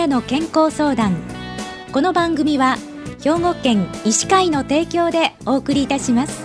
なの健康相談。この番組は兵庫県医師会の提供でお送りいたします。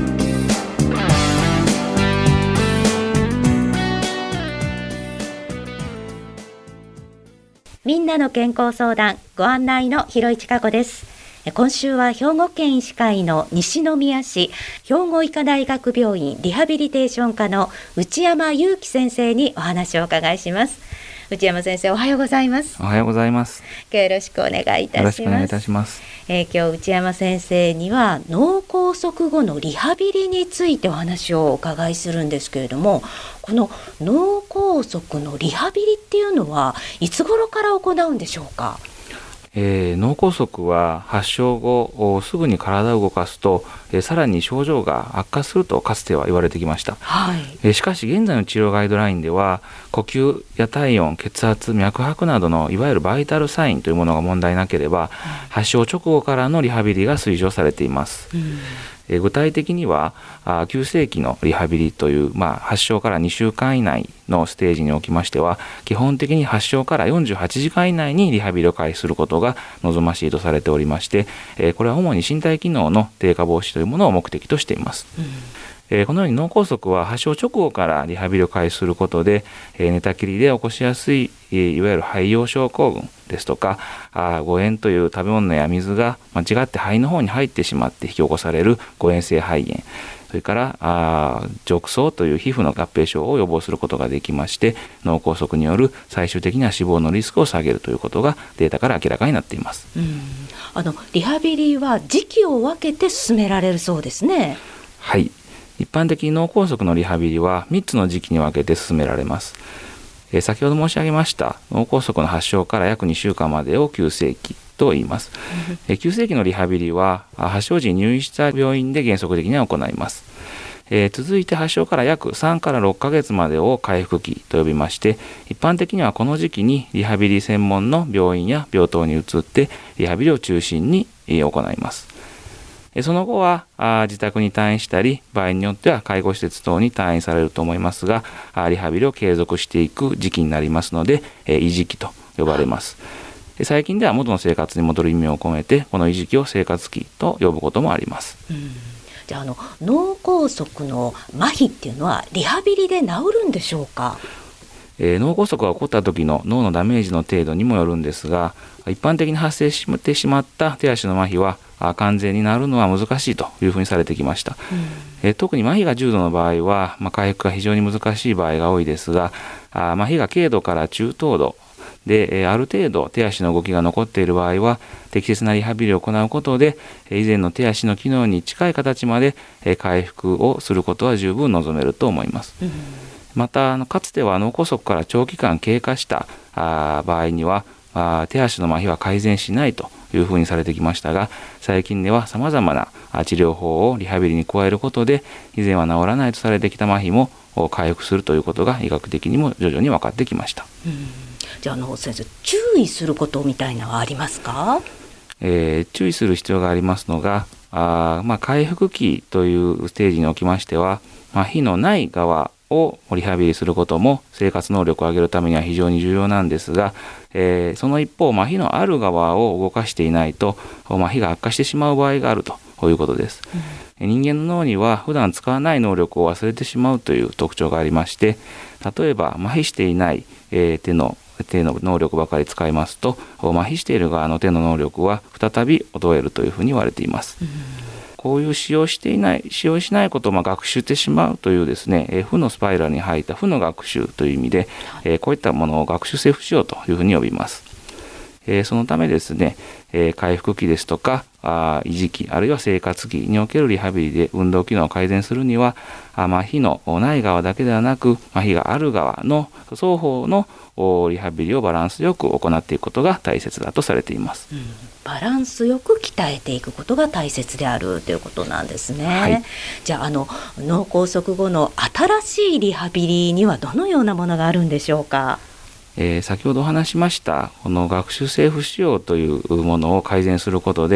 みんなの健康相談、ご案内の広市加子です。今週は兵庫県医師会の西宮市兵庫医科大学病院リハビリテーション科の内山裕樹先生にお話をお伺いします。内山先生、おはようございます。 おはようございます。 今日よろしくお願いいたします。 よろしくお願いいたします。 今日内山先生には脳梗塞後のリハビリについてお話をお伺いするんですけれども、この脳梗塞のリハビリっていうのはいつ頃から行うんでしょうか？ 脳梗塞は発症後すぐに体を動かすと、さらに症状が悪化するとかつては言われてきました。しかし現在の治療ガイドラインでは呼吸や体温、血圧、脈拍などのいわゆるバイタルサインというものが問題なければ、発症直後からのリハビリが推奨されています。具体的には急性期のリハビリという、発症から2週間以内のステージにおきましては、基本的に発症から48時間以内にリハビリを開始することが望ましいとされておりまして、これは主に身体機能の低下防止というものを目的としています。このように脳梗塞は発症直後からリハビリを開始することで、寝たきりで起こしやすいいわゆる肺葉症候群ですとか、誤嚥という食べ物や水が間違って肺の方に入ってしまって引き起こされる誤嚥性肺炎、それから褥瘡という皮膚の合併症を予防することができまして、脳梗塞による最終的な死亡のリスクを下げるということがデータから明らかになっています。 リハビリは時期を分けて進められるそうですね。 はい、一般的に脳梗塞のリハビリは3つの時期に分けて進められます。先ほど申し上げました脳梗塞の発症から約2週間までを急性期と言います。急性期のリハビリは発症時に入院した病院で原則的には行います。続いて発症から約3から6ヶ月までを回復期と呼びまして、一般的にはこの時期にリハビリ専門の病院や病棟に移ってリハビリを中心に行います。その後は自宅に退院したり、場合によっては介護施設等に退院されると思いますが、リハビリを継続していく時期になりますので、維持期と呼ばれます。最近では元の生活に戻る意味を込めて、この維持期を生活期と呼ぶこともあります。 じゃあ、脳梗塞の麻痺っていうのはリハビリで治るんでしょうか？ 脳梗塞が起こった時の脳のダメージの程度にもよるんですが、一般的に発生してしまった手足の麻痺は完全になるのは難しいというふうにされてきました。特に麻痺が重度の場合は、回復が非常に難しい場合が多いですが、麻痺が軽度から中等度で、ある程度手足の動きが残っている場合は、適切なリハビリを行うことで以前の手足の機能に近い形まで回復をすることは十分望めると思います。またかつては脳梗塞から長期間経過した場合には手足の麻痺は改善しないというふうにされてきましたが、最近ではさまざまな治療法をリハビリに加えることで、以前は治らないとされてきた麻痺も回復するということが医学的にも徐々に分かってきました。 じゃあ先生、注意することみたいなのはありますか？ 注意する必要がありますのが、回復期というステージにおきましては、麻痺のない側をリハビリすることも生活能力を上げるためには非常に重要なんですが、その一方、麻痺のある側を動かしていないと麻痺が悪化してしまう場合があるということです。人間の脳には普段使わない能力を忘れてしまうという特徴がありまして、例えば麻痺していない手の能力ばかり使いますと、麻痺している側の手の能力は再び衰えるというふうに言われています。こういう使用しないことを学習してしまうというですね、負のスパイラルに入った負の学習という意味で、こういったものを学習性不使用というふうに呼びます。そのためですね、回復期ですとか維持期、あるいは生活期におけるリハビリで運動機能を改善するには、麻痺のない側だけではなく麻痺がある側の双方のリハビリをバランスよく行っていくことが大切だとされています。 バランスよく鍛えていくことが大切であるということなんですね。じゃあ、脳梗塞後の新しいリハビリにはどのようなものがあるんでしょうか？ 先ほどお話しましたこの学習性不使用というものを改善することで、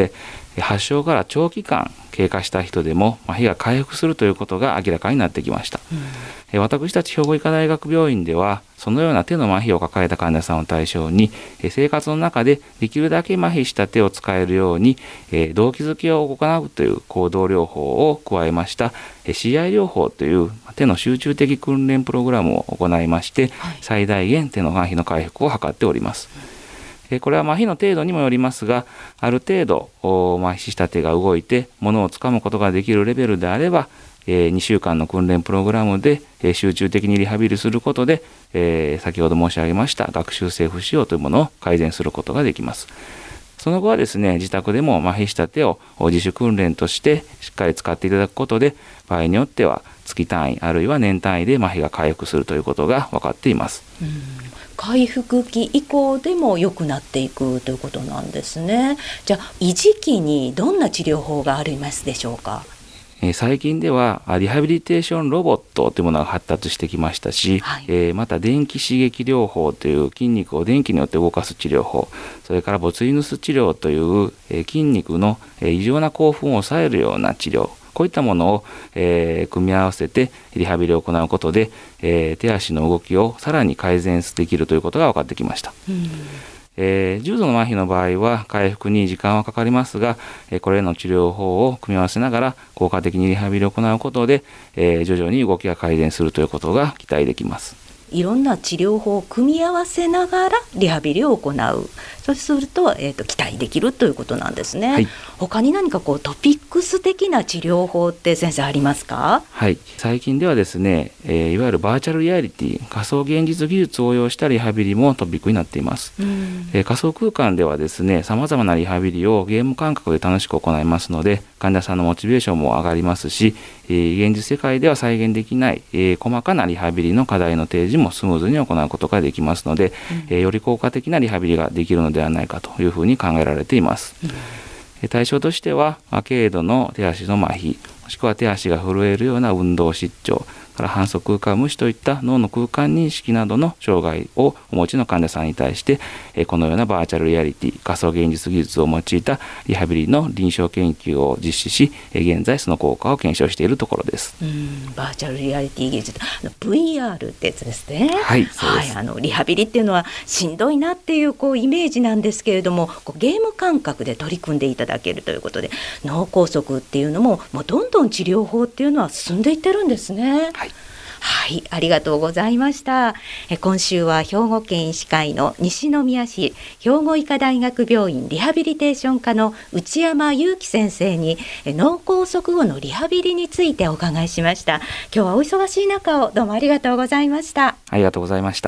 発症から長期間経過した人でも麻痺が回復するということが明らかになってきました。私たち兵庫医科大学病院ではそのような手の麻痺を抱えた患者さんを対象に生活の中でできるだけ麻痺した手を使えるように動機づけを行うという行動療法を加えましたCI 療法という手の集中的訓練プログラムを行いまして、最大限手の麻痺の回復を図っております。これは麻痺の程度にもよりますが、ある程度麻痺した手が動いて物をつかむことができるレベルであれば2週間の訓練プログラムで集中的にリハビリすることで先ほど申し上げました学習性不使用というものを改善することができます。その後はですね、自宅でも麻痺した手を自主訓練としてしっかり使っていただくことで、場合によっては月単位あるいは年単位で麻痺が回復するということが分かっています。 回復期以降でも良くなっていくということなんですね。じゃあ維持期にどんな治療法がありますでしょうか。 最近ではリハビリテーションロボットというものが発達してきましたし、また電気刺激療法という筋肉を電気によって動かす治療法、それからボツイヌス治療という筋肉の異常な興奮を抑えるような治療、こういったものを、組み合わせてリハビリを行うことで、手足の動きをさらに改善できるということが分かってきました。重度の麻痺の場合は回復に時間はかかりますが、これらの治療法を組み合わせながら効果的にリハビリを行うことで、徐々に動きが改善するということが期待できます。 いろんな治療法を組み合わせながらリハビリを行う、そうすると、期待できるということなんですね。他に何かトピックス的な治療法って先生ありますか。 最近ではですね、いわゆるバーチャルリアリティ、仮想現実技術を応用したリハビリもトピックになっています。仮想空間ではですね、様々なリハビリをゲーム感覚で楽しく行いますので、患者さんのモチベーションも上がりますし、現実世界では再現できない、細かなリハビリの課題の提示もスムーズに行うことができますので、より効果的なリハビリができるのではないかというふうに考えられています。対象としては軽度の手足の麻痺、もしくは手足が震えるような運動失調から反則空間無視といった脳の空間認識などの障害をお持ちの患者さんに対してこのようなバーチャルリアリティ、仮想現実技術を用いたリハビリの臨床研究を実施し、現在その効果を検証しているところです。 バーチャルリアリティ技術、VR ってやつですね。 そうです。 リハビリっていうのはしんどいなっていう、イメージなんですけれども、ゲーム感覚で取り組んでいただけるということで、脳梗塞っていうのもどんどん治療法っていうのは進んでいってるんですね。ありがとうございました。今週は兵庫県医師会の西宮市兵庫医科大学病院リハビリテーション科の内山裕樹先生に脳梗塞後のリハビリについてお伺いしました。今日はお忙しい中をどうもありがとうございました。 ありがとうございました。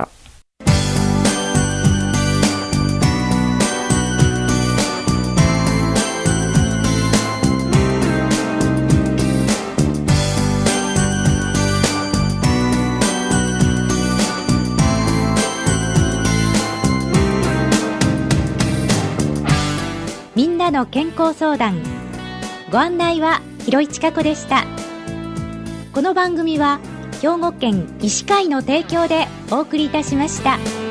みんなの健康相談、ご案内は広市千佳子でした。この番組は兵庫県医師会の提供でお送りいたしました。